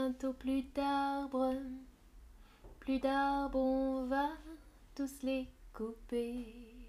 bientôt plus d'arbres, on va tous les couper.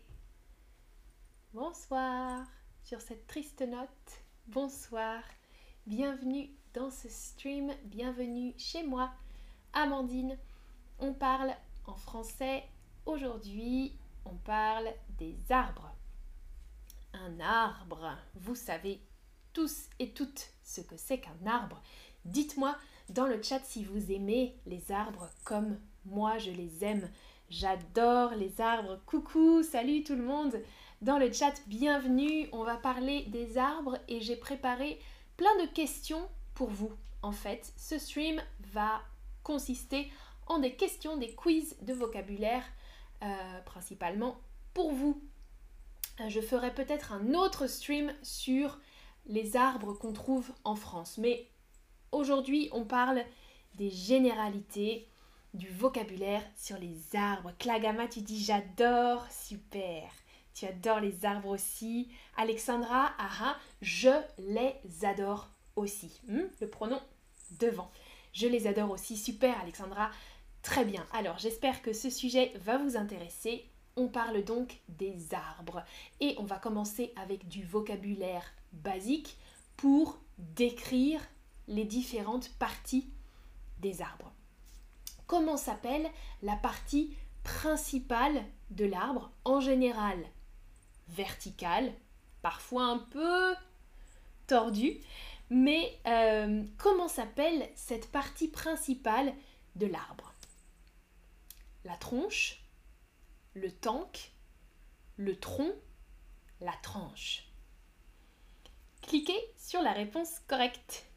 Bonsoir, sur cette triste note, bonsoir, bienvenue dans ce stream, bienvenue chez moi, Amandine. On parle en français, aujourd'hui on parle des arbres. Un arbre, vous savez tous et toutes ce que c'est qu'un arbre. Dites-moi dans le chat si vous aimez les arbres comme moi je les aime. J'adore les arbres. Coucou, salut tout le monde. Dans le chat, bienvenue. On va parler des arbres et j'ai préparé plein de questions pour vous. En fait, ce stream va consister en des questions, des quiz de vocabulaire, principalement pour vous. Je ferai peut-être un autre stream sur les arbres qu'on trouve en France. Mais aujourd'hui, on parle des généralités, du vocabulaire sur les arbres. Klagama, tu dis j'adore, super. Tu adores les arbres aussi. Alexandra, je les adore aussi. Le pronom devant. Je les adore aussi, super Alexandra. Très bien. Alors, j'espère que ce sujet va vous intéresser. On parle donc des arbres et on va commencer avec du vocabulaire basique pour décrire les différentes parties des arbres. Comment s'appelle la partie principale de l'arbre? En général, verticale, parfois un peu tordue, mais comment s'appelle cette partie principale de l'arbre? La tronche, le tank, le tronc, la tranche. Cliquez sur la réponse correcte.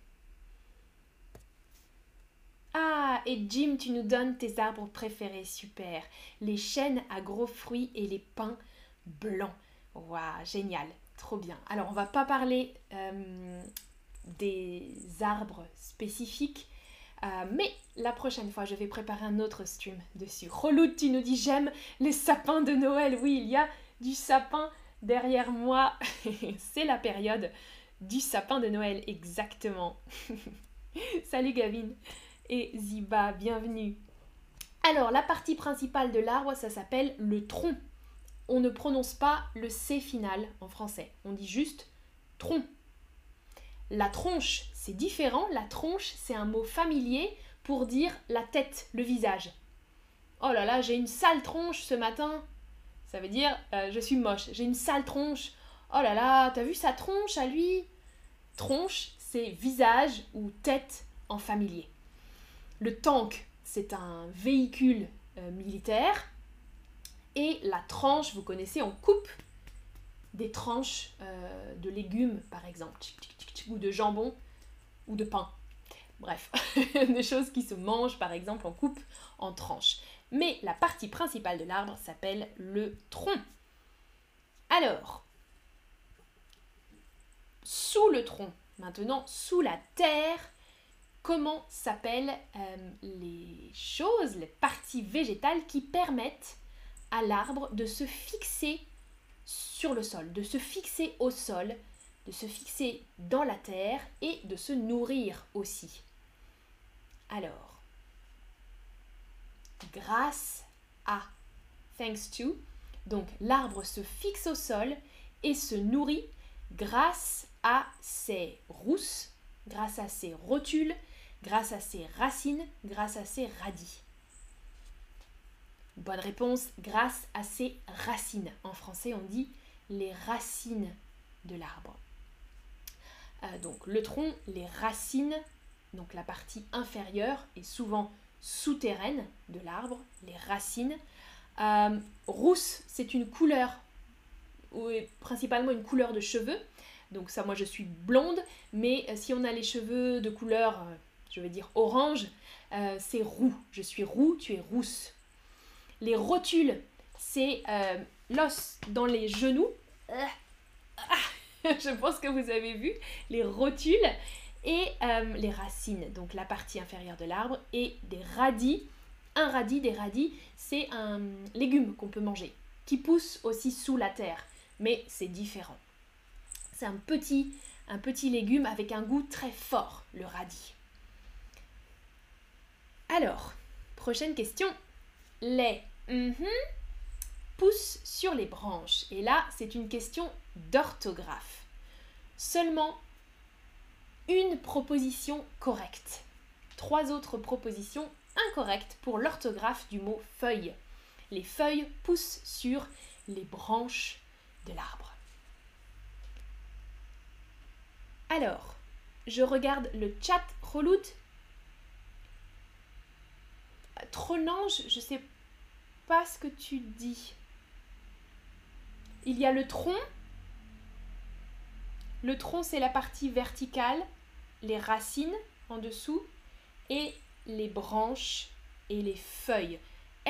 Ah, et Jim, tu nous donnes tes arbres préférés, super. Les chênes à gros fruits et les pins blancs. Waouh, génial, trop bien. Alors, on va pas parler des arbres spécifiques, mais la prochaine fois, je vais préparer un autre stream dessus. Reloute, tu nous dis j'aime les sapins de Noël. Oui, il y a du sapin derrière moi. C'est la période du sapin de Noël, exactement. Salut Gavin et Ziba, bienvenue. Alors, la partie principale de l'arbre, ça s'appelle le tronc. On ne prononce pas le C final en français. On dit juste tronc. La tronche, c'est différent. La tronche, c'est un mot familier pour dire la tête, le visage. Oh là là, j'ai une sale tronche ce matin. Ça veut dire je suis moche. J'ai une sale tronche. Oh là là, t'as vu sa tronche à lui? Tronche, c'est visage ou tête en familier. Le tank, c'est un véhicule militaire. Et la tranche, vous connaissez, on coupe des tranches de légumes, par exemple, ou de jambon, ou de pain. Bref, des choses qui se mangent, par exemple, on coupe en tranches. Mais la partie principale de l'arbre s'appelle le tronc. Alors, sous le tronc, maintenant, sous la terre, comment s'appellent les choses, les parties végétales qui permettent à l'arbre de se fixer sur le sol, de se fixer au sol, de se fixer dans la terre et de se nourrir aussi. Alors, grâce à, thanks to, donc l'arbre se fixe au sol et se nourrit grâce à ses rousses, grâce à ses rotules, grâce à ses racines, grâce à ses radis. Bonne réponse, grâce à ses racines. En français, on dit les racines de l'arbre. Donc le tronc, les racines, donc la partie inférieure et souvent souterraine de l'arbre, les racines. Rousse, c'est une couleur, ou principalement une couleur de cheveux. Donc ça, moi je suis blonde, mais si on a les cheveux de couleur, je vais dire orange, c'est roux. Je suis roux, tu es rousse. Les rotules, c'est l'os dans les genoux. Je pense que vous avez vu les rotules et les racines, donc la partie inférieure de l'arbre, et des radis. Un radis, des radis, c'est un légume qu'on peut manger, qui pousse aussi sous la terre, mais c'est différent. C'est un petit légume avec un goût très fort, le radis. Alors, prochaine question. Les poussent sur les branches. Et là, c'est une question d'orthographe. Seulement une proposition correcte. 3 autres propositions incorrectes pour l'orthographe du mot feuille. Les feuilles poussent sur les branches de l'arbre. Alors, je regarde le chat. Khouloud. Tronange, je ne sais pas ce que tu dis. Il y a le tronc. Le tronc, c'est la partie verticale, les racines en dessous, et les branches et les feuilles.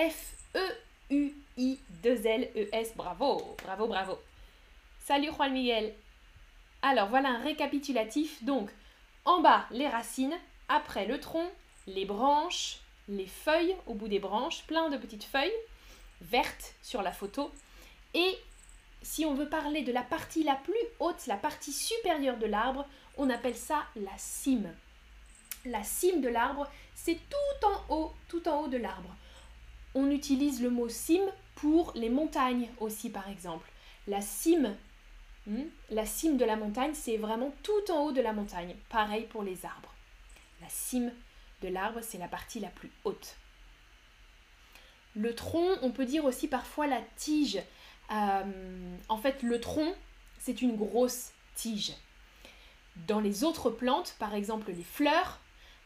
F-E-U-I-2-L-E-S. Bravo, bravo, bravo. Salut Juan Miguel. Alors, voilà un récapitulatif. Donc, en bas, les racines, après le tronc, les branches, les feuilles au bout des branches, plein de petites feuilles vertes sur la photo. Et si on veut parler de la partie la plus haute, la partie supérieure de l'arbre, on appelle ça la cime. La cime de l'arbre, c'est tout en haut de l'arbre. On utilise le mot cime pour les montagnes aussi, par exemple. La cime de la montagne, c'est vraiment tout en haut de la montagne. Pareil pour les arbres. La cime de l'arbre, c'est la partie la plus haute. Le tronc, on peut dire aussi parfois la tige. En fait, le tronc, c'est une grosse tige. Dans les autres plantes, par exemple les fleurs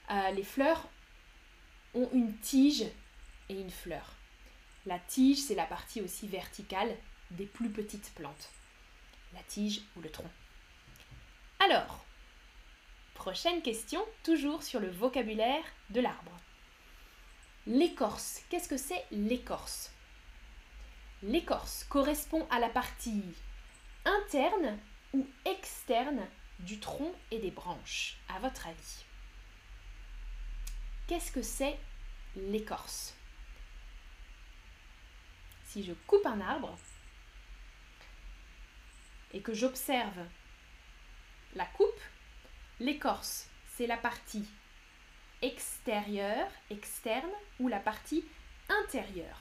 ont une tige et une fleur. La tige, c'est la partie aussi verticale des plus petites plantes. La tige ou le tronc. Alors, prochaine question, toujours sur le vocabulaire de l'arbre. L'écorce, qu'est-ce que c'est l'écorce ? L'écorce correspond à la partie interne ou externe du tronc et des branches, à votre avis. Qu'est-ce que c'est l'écorce ? Si je coupe un arbre et que j'observe la coupe, l'écorce, c'est la partie extérieure, externe, ou la partie intérieure.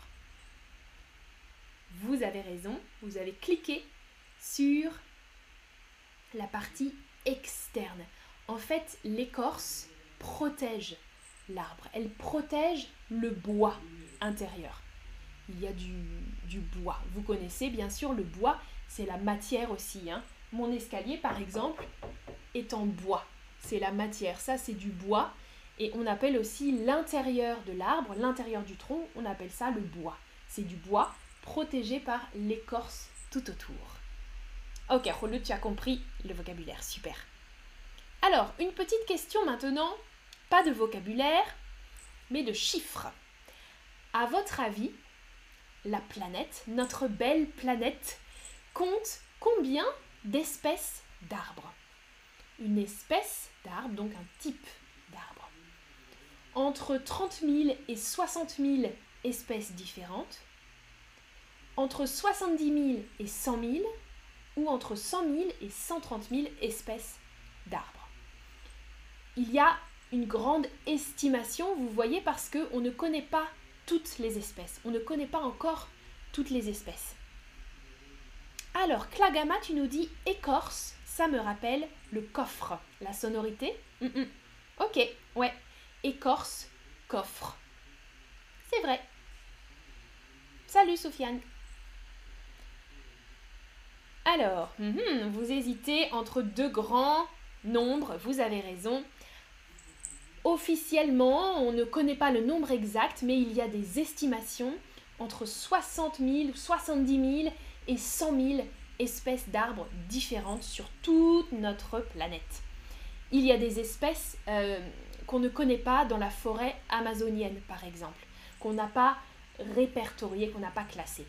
Vous avez raison, vous avez cliqué sur la partie externe. En fait, l'écorce protège l'arbre. Elle protège le bois intérieur. Il y a du bois. Vous connaissez bien sûr le bois, c'est la matière aussi. Mon escalier, par exemple, est en bois. C'est la matière. Ça, c'est du bois. Et on appelle aussi l'intérieur de l'arbre, l'intérieur du tronc, on appelle ça le bois. C'est du bois protégé par l'écorce tout autour. Ok, Khouloud, tu as compris le vocabulaire, super. Alors, une petite question maintenant, pas de vocabulaire, mais de chiffres. À votre avis, la planète, notre belle planète, compte combien d'espèces d'arbres ? Une espèce d'arbre, donc un type d'arbre. Entre 30 000 et 60 000 espèces différentes, entre 70 000 et 100 000, ou entre 100 000 et 130 000 espèces d'arbres. Il y a une grande estimation, vous voyez, parce qu'on ne connaît pas toutes les espèces. On ne connaît pas encore toutes les espèces. Alors, Klagama, tu nous dis écorce, ça me rappelle le coffre. La sonorité Ok, ouais. Écorce, coffre. C'est vrai. Salut Sofiane. Alors, vous hésitez entre deux grands nombres, vous avez raison. Officiellement, on ne connaît pas le nombre exact, mais il y a des estimations entre 60 000, 70 000 et 100 000 espèces d'arbres différentes sur toute notre planète. Il y a des espèces qu'on ne connaît pas dans la forêt amazonienne, par exemple, qu'on n'a pas répertoriées, qu'on n'a pas classées.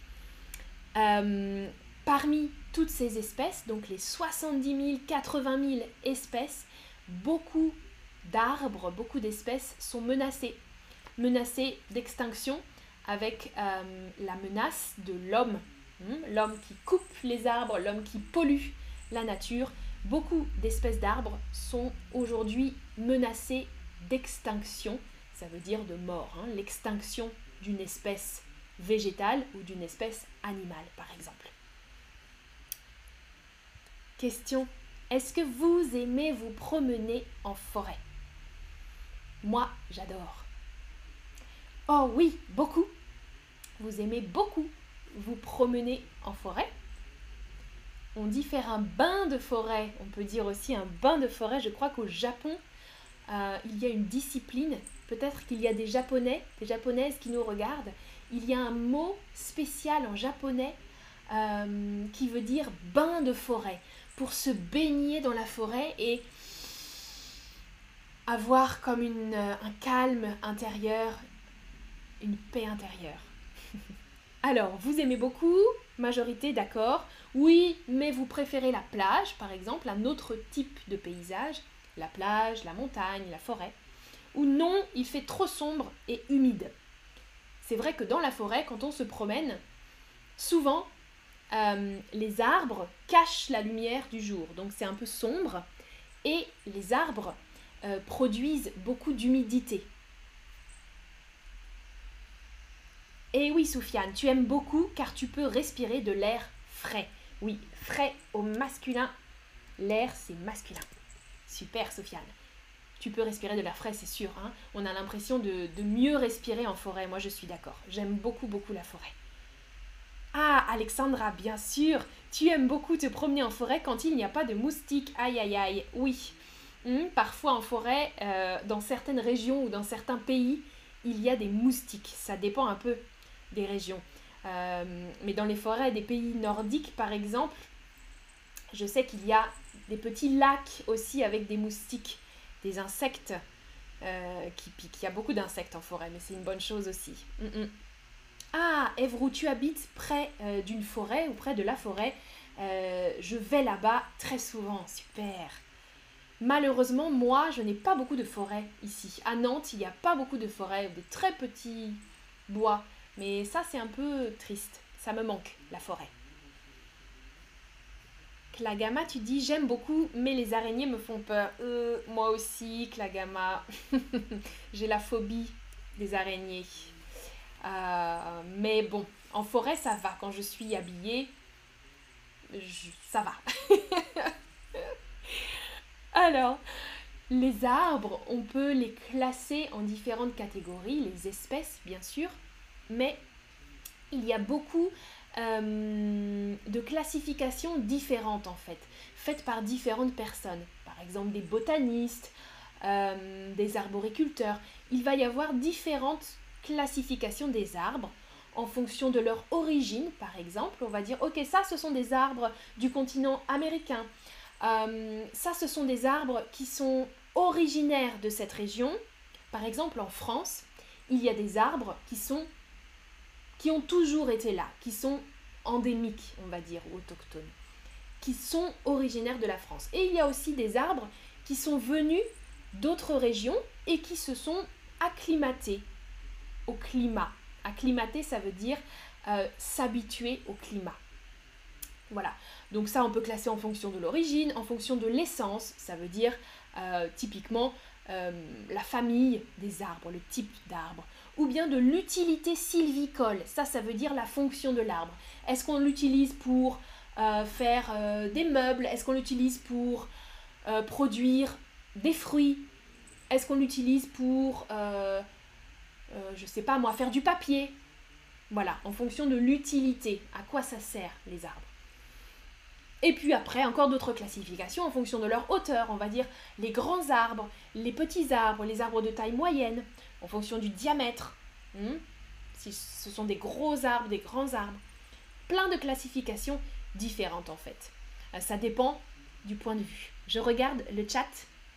Parmi toutes ces espèces, donc les 70 000, 80 000 espèces, beaucoup d'arbres, beaucoup d'espèces sont menacées d'extinction avec la menace de l'homme. L'homme qui coupe les arbres, l'homme qui pollue la nature. Beaucoup d'espèces d'arbres sont aujourd'hui menacées d'extinction. ça veut dire de mort, hein, l'extinction d'une espèce végétale ou d'une espèce animale, par exemple. Question, est-ce que vous aimez vous promener en forêt? Moi, j'adore. Oh oui, beaucoup. Vous aimez beaucoup vous promener en forêt? On dit faire un bain de forêt. On peut dire aussi un bain de forêt. Je crois qu'au Japon, il y a une discipline. Peut-être qu'il y a des Japonais, des Japonaises qui nous regardent. Il y a un mot spécial en japonais qui veut dire bain de forêt. Pour se baigner dans la forêt et avoir comme un calme intérieur, une paix intérieure. Alors, vous aimez beaucoup, majorité d'accord. Oui, mais vous préférez la plage, par exemple, un autre type de paysage, la plage, la montagne, la forêt. Ou non, il fait trop sombre et humide. C'est vrai que dans la forêt, quand on se promène, souvent, les arbres cachent la lumière du jour. Donc c'est un peu sombre et les arbres produisent beaucoup d'humidité. Et oui, Soufiane, tu aimes beaucoup car tu peux respirer de l'air frais. Oui, frais au masculin. L'air, c'est masculin. Super, Soufiane. Tu peux respirer de l'air frais, c'est sûr. Hein. On a l'impression de mieux respirer en forêt. Moi, je suis d'accord. J'aime beaucoup, beaucoup la forêt. Ah, Alexandra, bien sûr. Tu aimes beaucoup te promener en forêt quand il n'y a pas de moustiques. Aïe, aïe, aïe. Oui. Parfois en forêt, dans certaines régions ou dans certains pays, il y a des moustiques. Ça dépend un peu des régions. Mais dans les forêts des pays nordiques, par exemple, je sais qu'il y a des petits lacs aussi avec des moustiques, des insectes qui piquent. Il y a beaucoup d'insectes en forêt, mais c'est une bonne chose aussi. Ah, Evrou, tu habites près d'une forêt ou près de la forêt. Je vais là-bas très souvent. Super. Malheureusement, moi, je n'ai pas beaucoup de forêt ici. À Nantes, il n'y a pas beaucoup de forêt, des très petits bois. Mais ça, c'est un peu triste. Ça me manque, la forêt. Klagama, tu dis, j'aime beaucoup, mais les araignées me font peur. Moi aussi, Klagama. J'ai la phobie des araignées. Mais bon, en forêt, ça va. Quand je suis habillée, ça va. Alors, les arbres, on peut les classer en différentes catégories, les espèces, bien sûr. Mais il y a beaucoup de classifications différentes, en fait, faites par différentes personnes. Par exemple, des botanistes, des arboriculteurs. Il va y avoir différentes classification des arbres en fonction de leur origine, par exemple. On va dire, ok, ça, ce sont des arbres du continent américain. Ça, ce sont des arbres qui sont originaires de cette région. Par exemple, en France, il y a des arbres qui ont toujours été là, qui sont endémiques, on va dire, ou autochtones, qui sont originaires de la France. Et il y a aussi des arbres qui sont venus d'autres régions et qui se sont acclimatés au climat. Acclimater, ça veut dire s'habituer au climat. Voilà. Donc ça, on peut classer en fonction de l'origine, en fonction de l'essence. Ça veut dire typiquement la famille des arbres, le type d'arbre. Ou bien de l'utilité sylvicole. Ça veut dire la fonction de l'arbre. Est-ce qu'on l'utilise pour faire des meubles? Est-ce qu'on l'utilise pour produire des fruits? Est-ce qu'on l'utilise pour... je sais pas moi, faire du papier. Voilà, en fonction de l'utilité, à quoi ça sert les arbres. Et puis après, encore d'autres classifications en fonction de leur hauteur, on va dire les grands arbres, les petits arbres, les arbres de taille moyenne, en fonction du diamètre. Si ce sont des gros arbres, des grands arbres. Plein de classifications différentes en fait. Ça dépend du point de vue. Je regarde le chat.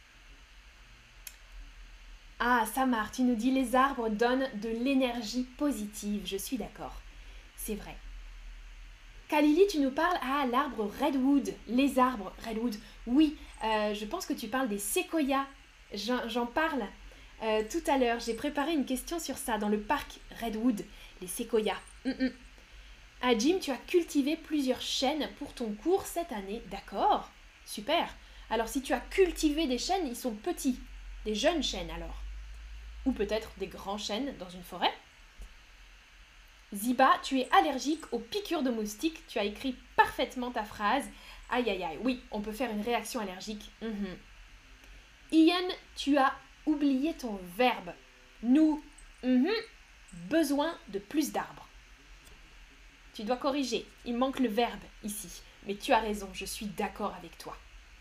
Ah, Samar, tu nous dis les arbres donnent de l'énergie positive. Je suis d'accord. C'est vrai. Kalili, tu nous parles, l'arbre Redwood. Les arbres Redwood. Oui, je pense que tu parles des séquoias. J'en parle tout à l'heure. J'ai préparé une question sur ça dans le parc Redwood. Les séquoias. Ah, Jim, tu as cultivé plusieurs chênes pour ton cours cette année. D'accord. Super. Alors, si tu as cultivé des chênes, ils sont petits. Des jeunes chênes alors. ou peut-être des grands chênes dans une forêt. Ziba, tu es allergique aux piqûres de moustiques. Tu as écrit parfaitement ta phrase. Aïe aïe aïe, oui, on peut faire une réaction allergique. Ian, tu as oublié ton verbe. Nous, besoin de plus d'arbres. Tu dois corriger, il manque le verbe ici. Mais tu as raison, je suis d'accord avec toi.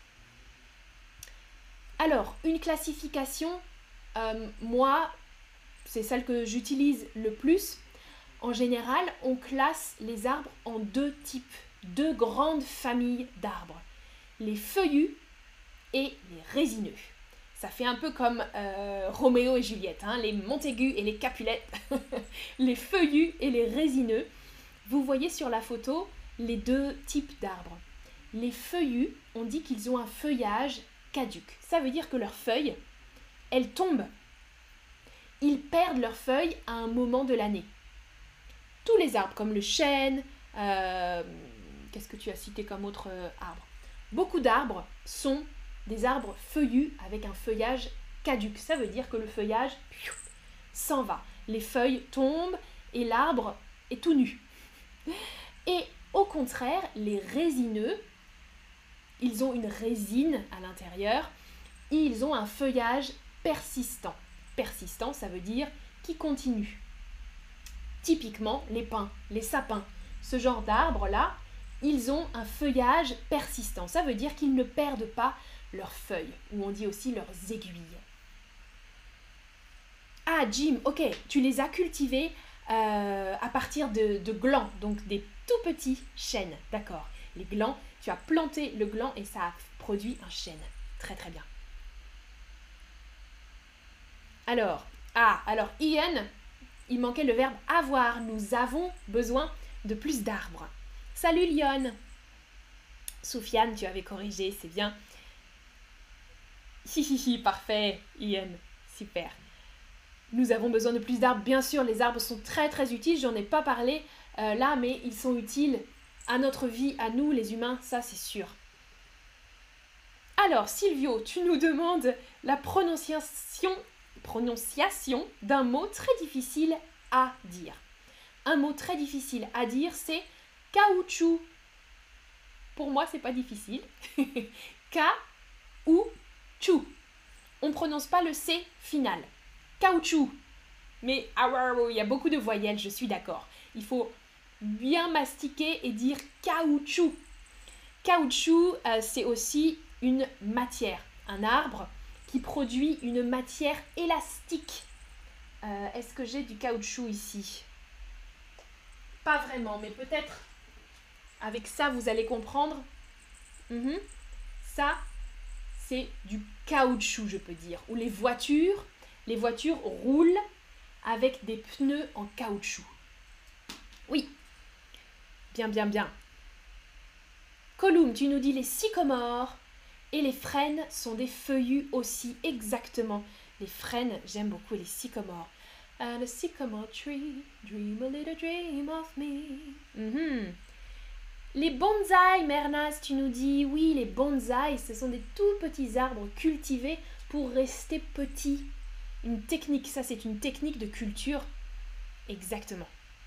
Alors, une classification, moi, c'est celle que j'utilise le plus. En général, on classe les arbres en deux types, deux grandes familles d'arbres. Les feuillus et les résineux. Ça fait un peu comme Roméo et Juliette, hein, les Montaigu et les Capulet. Les feuillus et les résineux. Vous voyez sur la photo les deux types d'arbres. Les feuillus, on dit qu'ils ont un feuillage caduc. Ça veut dire que leurs feuilles, elles tombent. Ils perdent leurs feuilles à un moment de l'année. Tous les arbres, comme le chêne, qu'est-ce que tu as cité comme autre arbre? Beaucoup d'arbres sont des arbres feuillus avec un feuillage caduc. Ça veut dire que le feuillage s'en va. Les feuilles tombent et l'arbre est tout nu. Et au contraire, les résineux, ils ont une résine à l'intérieur et ils ont un feuillage persistant. Persistant, ça veut dire qui continue. Typiquement, les pins, les sapins, ce genre d'arbres-là, ils ont un feuillage persistant. Ça veut dire qu'ils ne perdent pas leurs feuilles, ou on dit aussi leurs aiguilles. Ah, Jim, ok, tu les as cultivés à partir de glands, donc des tout petits chênes, d'accord. Les glands, tu as planté le gland et ça a produit un chêne. Très très bien. Alors Ian, il manquait le verbe avoir. Nous avons besoin de plus d'arbres. Salut Lyon. Soufiane, tu avais corrigé, c'est bien. Hihihi, parfait, Ian, super. Nous avons besoin de plus d'arbres. Bien sûr, les arbres sont très très utiles. J'en ai pas parlé là, mais ils sont utiles à notre vie, à nous les humains, ça c'est sûr. Alors, Silvio, tu nous demandes la prononciation d'un mot très difficile à dire. Un mot très difficile à dire, c'est caoutchouc. Pour moi, c'est pas difficile. Ka-ou-chou. On ne prononce pas le C final. Caoutchouc. Mais il y a beaucoup de voyelles, je suis d'accord. Il faut bien mastiquer et dire caoutchouc. Caoutchouc, c'est aussi une matière, un arbre qui produit une matière élastique. Est-ce que j'ai du caoutchouc ici? Pas vraiment, mais peut-être avec ça vous allez comprendre. Ça, c'est du caoutchouc, je peux dire. Ou les voitures roulent avec des pneus en caoutchouc. Oui, bien. Colum, tu nous dis les sycomores et les frênes sont des feuillus aussi, exactement. Les frênes, j'aime beaucoup les sycomores. And a sycamore tree, dream a little dream of me. Les bonsaïs, Mernaz, tu nous dis, oui, les bonsaïs, ce sont des tout petits arbres cultivés pour rester petits. Une technique, ça c'est une technique de culture. Exactement.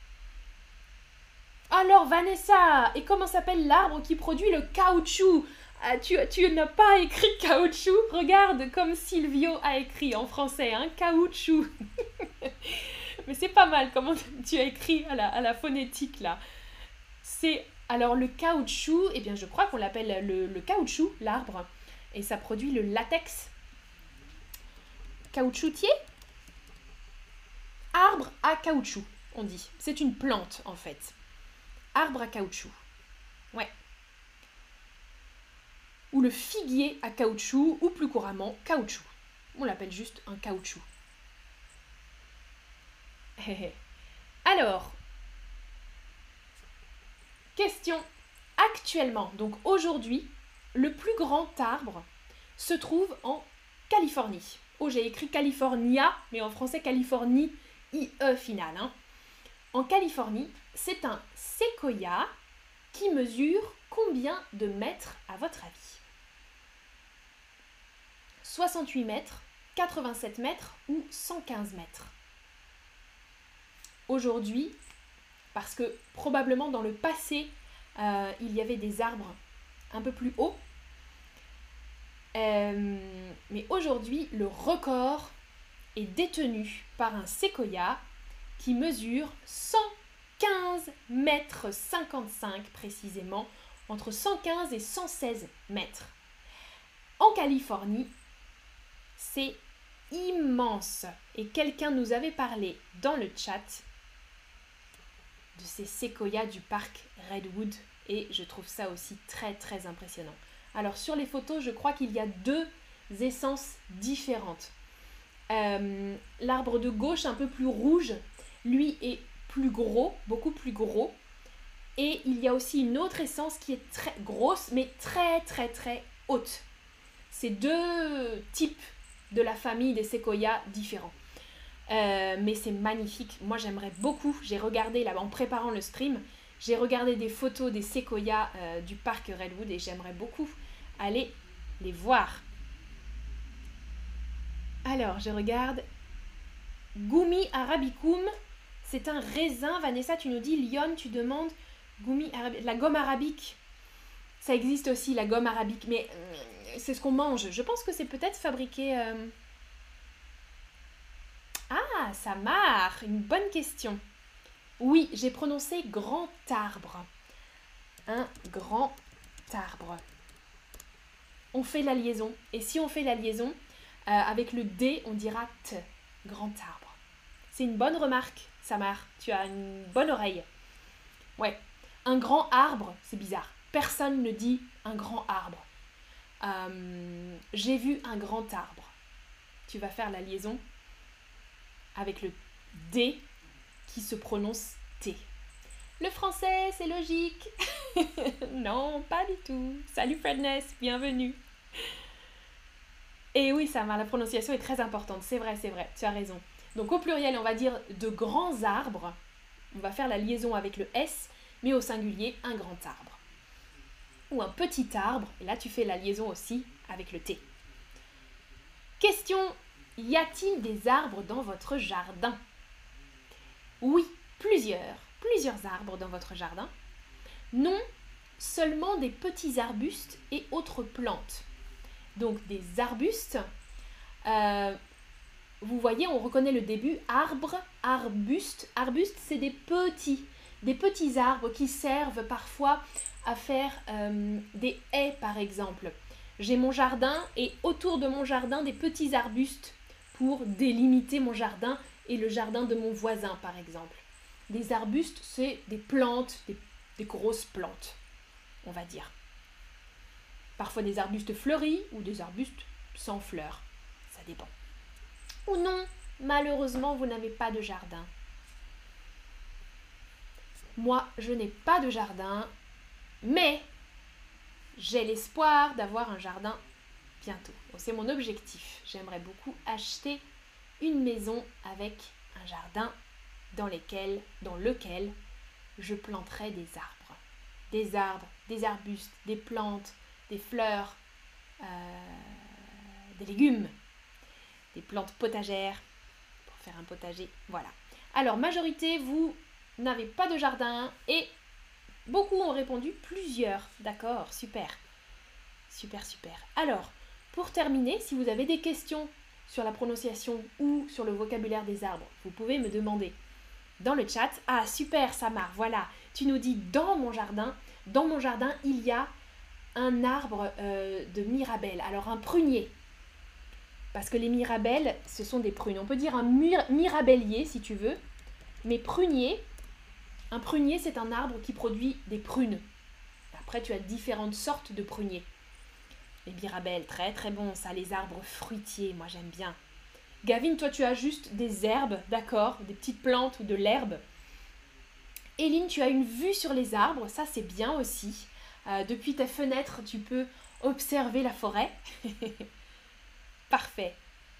Alors Vanessa, et comment s'appelle l'arbre qui produit le caoutchouc? Tu n'as pas écrit caoutchouc? Regarde comme Silvio a écrit en français, hein, caoutchouc. Mais c'est pas mal comment tu as écrit à la phonétique là. Alors le caoutchouc, eh bien je crois qu'on l'appelle le caoutchouc, l'arbre, et ça produit le latex. Caoutchoutier? Arbre à caoutchouc, on dit. C'est une plante en fait. Arbre à caoutchouc. Ouais. Ou le figuier à caoutchouc, ou plus couramment caoutchouc. On l'appelle juste un caoutchouc. Alors, question. Actuellement, donc aujourd'hui, le plus grand arbre se trouve en Californie. Oh, j'ai écrit California, mais en français Californie, IE final. Hein. En Californie, c'est un séquoia qui mesure combien de mètres à votre avis? 68 mètres, 87 mètres ou 115 mètres. Aujourd'hui, parce que probablement dans le passé, il y avait des arbres un peu plus hauts, mais aujourd'hui, le record est détenu par un séquoia qui mesure 115 mètres 55 précisément, entre 115 et 116 mètres. En Californie, c'est immense. Et quelqu'un nous avait parlé dans le chat de ces séquoias du parc Redwood et je trouve ça aussi très très impressionnant. Alors sur les photos, je crois qu'il y a deux essences différentes. L'arbre de gauche, un peu plus rouge, lui est plus gros, beaucoup plus gros. Et il y a aussi une autre essence qui est très grosse, mais très très très haute. C'est deux types de la famille des séquoias différents. Mais c'est magnifique. Moi, j'aimerais beaucoup. J'ai regardé là en préparant le stream, j'ai regardé des photos des séquoias du parc Redwood et j'aimerais beaucoup aller les voir. Alors, je regarde. Gumi arabicum, c'est un raisin. Vanessa, tu nous dis, Lyon, tu demandes la gomme arabique. Ça existe aussi, la gomme arabique, mais c'est ce qu'on mange. Je pense que c'est peut-être fabriqué... Ah, Samar, une bonne question. Oui, j'ai prononcé grand arbre. Un grand arbre. On fait la liaison. Et si on fait la liaison, avec le D, on dira T, grand arbre. C'est une bonne remarque, Samar. Tu as une bonne oreille. Ouais, un grand arbre, c'est bizarre. Personne ne dit un grand arbre. J'ai vu un grand arbre. Tu vas faire la liaison avec le D qui se prononce T. Le français, c'est logique. Non, pas du tout. Salut Fredness, bienvenue. Et oui, Samar, la prononciation est très importante. C'est vrai, tu as raison. Donc au pluriel, on va dire de grands arbres. On va faire la liaison avec le S, mais au singulier, un grand arbre. Ou un petit arbre, et là tu fais la liaison aussi avec le T. Question, y a-t-il des arbres dans votre jardin? Oui, plusieurs arbres dans votre jardin. Non, seulement des petits arbustes et autres plantes. Donc des arbustes, vous voyez, on reconnaît le début, arbre, arbuste. Arbuste, c'est des petits arbres qui servent parfois à faire des haies par exemple. J'ai mon jardin et autour de mon jardin des petits arbustes pour délimiter mon jardin et le jardin de mon voisin par exemple. Des arbustes, c'est des plantes, des grosses plantes, on va dire. Parfois des arbustes fleuris ou des arbustes sans fleurs, ça dépend. Ou non, malheureusement vous n'avez pas de jardin. Moi, je n'ai pas de jardin, mais j'ai l'espoir d'avoir un jardin bientôt. Donc, c'est mon objectif. J'aimerais beaucoup acheter une maison avec un jardin dans lequel je planterai des arbres. Des arbres, des arbustes, des plantes, des fleurs, des légumes, des plantes potagères pour faire un potager. Voilà. Alors, majorité, vous n'avez pas de jardin et beaucoup ont répondu plusieurs. D'accord, super. Super. Alors, pour terminer, si vous avez des questions sur la prononciation ou sur le vocabulaire des arbres, vous pouvez me demander dans le chat. Ah, super, Samar, voilà. Tu nous dis dans mon jardin, il y a un arbre de mirabelle. Alors, un prunier. Parce que les mirabelles, ce sont des prunes. On peut dire un mirabellier, si tu veux. Mais prunier, un prunier, c'est un arbre qui produit des prunes. Après, tu as différentes sortes de pruniers. Les mirabelles, très très bon, ça, les arbres fruitiers, moi j'aime bien. Gavin, toi tu as juste des herbes, d'accord, des petites plantes ou de l'herbe. Éline, tu as une vue sur les arbres, ça c'est bien aussi. Depuis ta fenêtre, tu peux observer la forêt. Parfait.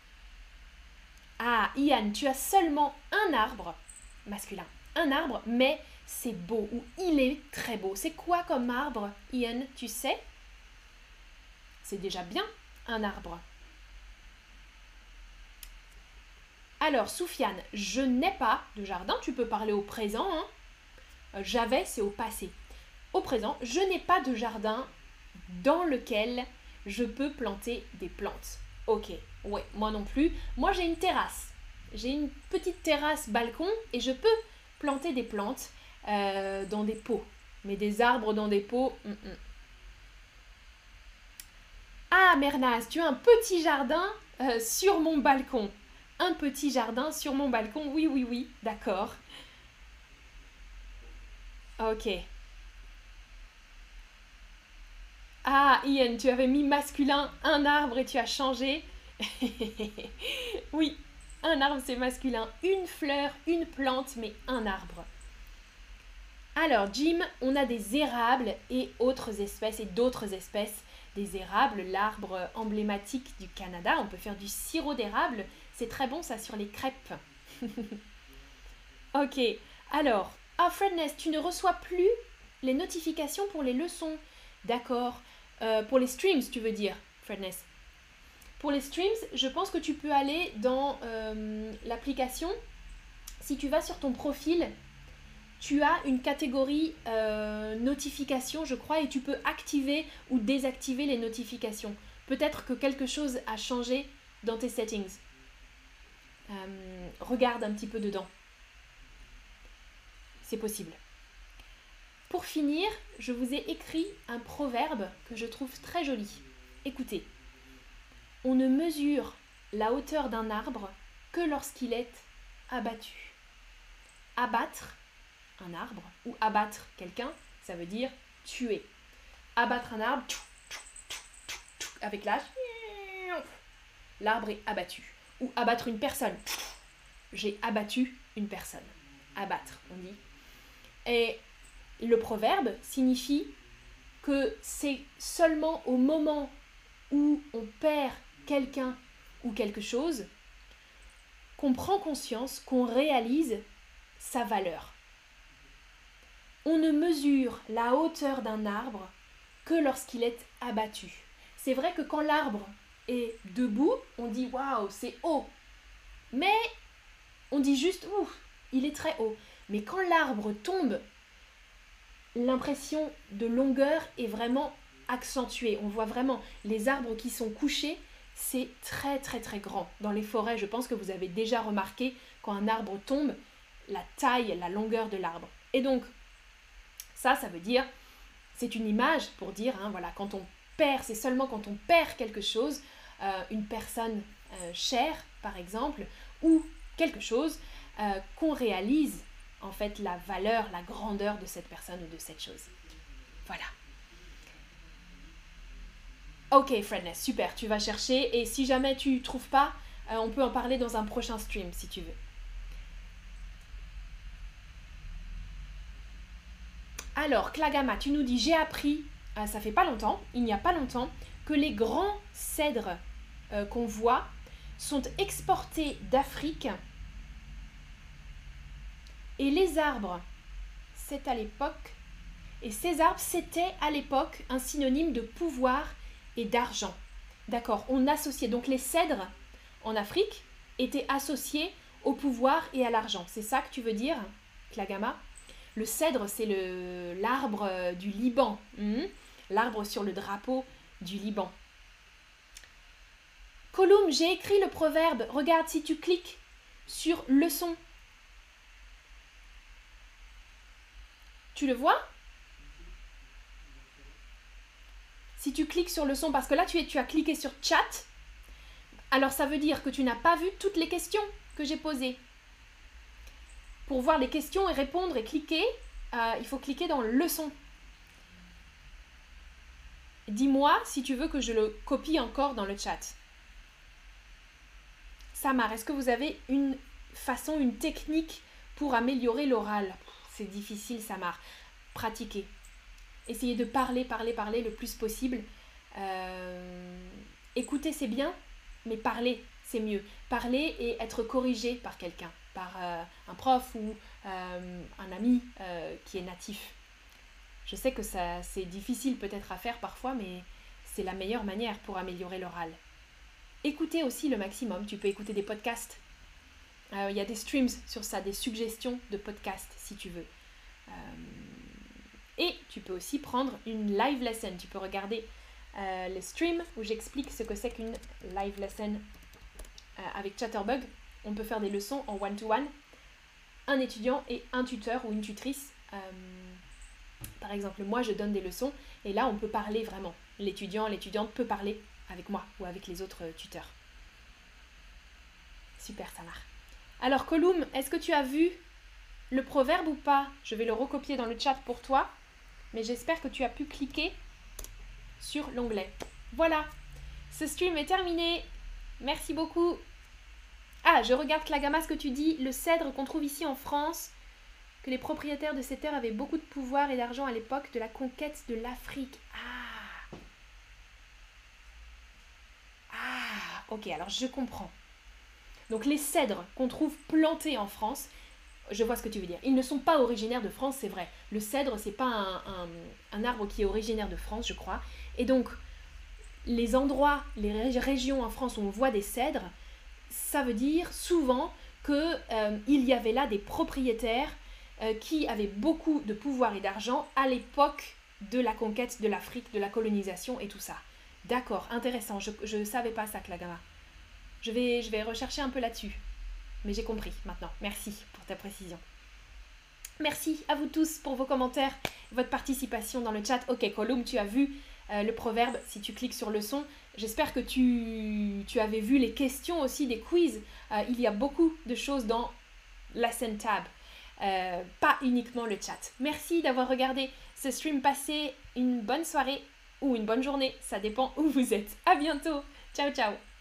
Ah, Ian, tu as seulement un arbre masculin. Un arbre, mais c'est beau, ou il est très beau. C'est quoi comme arbre, Ian, tu sais? C'est déjà bien, un arbre. Alors, Soufiane, je n'ai pas de jardin. Tu peux parler au présent. Hein. J'avais, c'est au passé. Au présent, je n'ai pas de jardin dans lequel je peux planter des plantes. Ok, ouais, moi non plus. Moi, j'ai une terrasse. J'ai une petite terrasse balcon et je peux planter des plantes dans des pots. Mais des arbres dans des pots, Ah, Mernaz, tu as un petit jardin sur mon balcon. Un petit jardin sur mon balcon. Oui, oui, oui, d'accord. Ok. Ah, Ian, tu avais mis masculin, un arbre et tu as changé. Oui, un arbre c'est masculin. Une fleur, une plante, mais un arbre. Alors, Jim, on a des érables et autres espèces et d'autres espèces. Des érables, l'arbre emblématique du Canada. On peut faire du sirop d'érable. C'est très bon ça sur les crêpes. Ok, alors, Fredness, tu ne reçois plus les notifications pour les leçons. D'accord. Pour les streams, tu veux dire, Fredness. Pour les streams, je pense que tu peux aller dans l'application. Si tu vas sur ton profil, tu as une catégorie notifications, je crois, et tu peux activer ou désactiver les notifications. Peut-être que quelque chose a changé dans tes settings. Regarde un petit peu dedans. C'est possible. Pour finir, je vous ai écrit un proverbe que je trouve très joli. Écoutez. On ne mesure la hauteur d'un arbre que lorsqu'il est abattu. Abattre un arbre ou abattre quelqu'un, ça veut dire tuer. Abattre un arbre, avec l'âge, l'arbre est abattu. Ou abattre une personne, j'ai abattu une personne. Abattre, on dit. Et le proverbe signifie que c'est seulement au moment où on perd quelqu'un ou quelque chose qu'on prend conscience, qu'on réalise sa valeur. On ne mesure la hauteur d'un arbre que lorsqu'il est abattu. C'est vrai que quand l'arbre est debout, on dit « waouh, c'est haut ». Mais on dit juste « ouh, il est très haut ». Mais quand l'arbre tombe, l'impression de longueur est vraiment accentuée. On voit vraiment les arbres qui sont couchés, c'est très très très grand. Dans les forêts, je pense que vous avez déjà remarqué quand un arbre tombe, la taille, la longueur de l'arbre. Et donc, ça veut dire, c'est une image pour dire, voilà, quand on perd, c'est seulement quand on perd quelque chose, une personne chère par exemple, ou quelque chose, qu'on réalise en fait la valeur, la grandeur de cette personne ou de cette chose. Voilà. Ok Fredness, super, tu vas chercher et si jamais tu ne trouves pas, on peut en parler dans un prochain stream si tu veux. Alors, Klagama, tu nous dis, j'ai appris, ça fait pas longtemps, il n'y a pas longtemps, que les grands cèdres qu'on voit sont exportés d'Afrique et les arbres, c'est à l'époque, et ces arbres, c'était à l'époque un synonyme de pouvoir et d'argent. D'accord, on associait, donc les cèdres en Afrique étaient associés au pouvoir et à l'argent. C'est ça que tu veux dire, Klagama ? Le cèdre, c'est l'arbre du Liban, l'arbre sur le drapeau du Liban. Colum, j'ai écrit le proverbe. Regarde, si tu cliques sur leçon, tu le vois ? Si tu cliques sur leçon, parce que là tu as cliqué sur chat, alors ça veut dire que tu n'as pas vu toutes les questions que j'ai posées. Pour voir les questions et répondre et cliquer, il faut cliquer dans leçon. Dis-moi si tu veux que je le copie encore dans le chat. Samar, est-ce que vous avez une façon, une technique pour améliorer l'oral ? C'est difficile, Samar. Pratiquez. Essayez de parler le plus possible. Écouter, c'est bien, mais parler, c'est mieux. Parler et être corrigé par quelqu'un, par un prof ou un ami qui est natif. Je sais que c'est difficile peut-être à faire parfois, mais c'est la meilleure manière pour améliorer l'oral. Écoutez aussi le maximum. Tu peux écouter des podcasts. Il y a des streams sur ça, des suggestions de podcasts si tu veux. Et tu peux aussi prendre une live lesson. Tu peux regarder le stream où j'explique ce que c'est qu'une live lesson avec Chatterbug. On peut faire des leçons en one-to-one. Un étudiant et un tuteur ou une tutrice. Par exemple, moi je donne des leçons et là on peut parler vraiment. L'étudiante peut parler avec moi ou avec les autres tuteurs. Super Samar. Alors Colum, est-ce que tu as vu le proverbe ou pas? Je vais le recopier dans le chat pour toi, mais j'espère que tu as pu cliquer sur l'onglet. Voilà, ce stream est terminé. Merci beaucoup. Ah, je regarde Klagama ce que tu dis. Le cèdre qu'on trouve ici en France, que les propriétaires de ces terres avaient beaucoup de pouvoir et d'argent à l'époque de la conquête de l'Afrique. Ah, ok, alors je comprends. Donc les cèdres qu'on trouve plantés en France, je vois ce que tu veux dire. Ils ne sont pas originaires de France, c'est vrai. Le cèdre, c'est pas un arbre qui est originaire de France, je crois. Et donc, les endroits, les régions en France où on voit des cèdres, ça veut dire souvent qu'il y avait là des propriétaires qui avaient beaucoup de pouvoir et d'argent à l'époque de la conquête de l'Afrique, de la colonisation et tout ça. D'accord, intéressant. Je ne savais pas ça, Klagama. Je vais rechercher un peu là-dessus. Mais j'ai compris maintenant. Merci pour ta précision. Merci à vous tous pour vos commentaires, votre participation dans le chat. Ok, Colum, tu as vu le proverbe si tu cliques sur le son. J'espère que tu avais vu les questions aussi des quiz. Il y a beaucoup de choses dans Lesson Tab. Pas uniquement le chat. Merci d'avoir regardé ce stream. Passez une bonne soirée ou une bonne journée. Ça dépend où vous êtes. À bientôt. Ciao, ciao.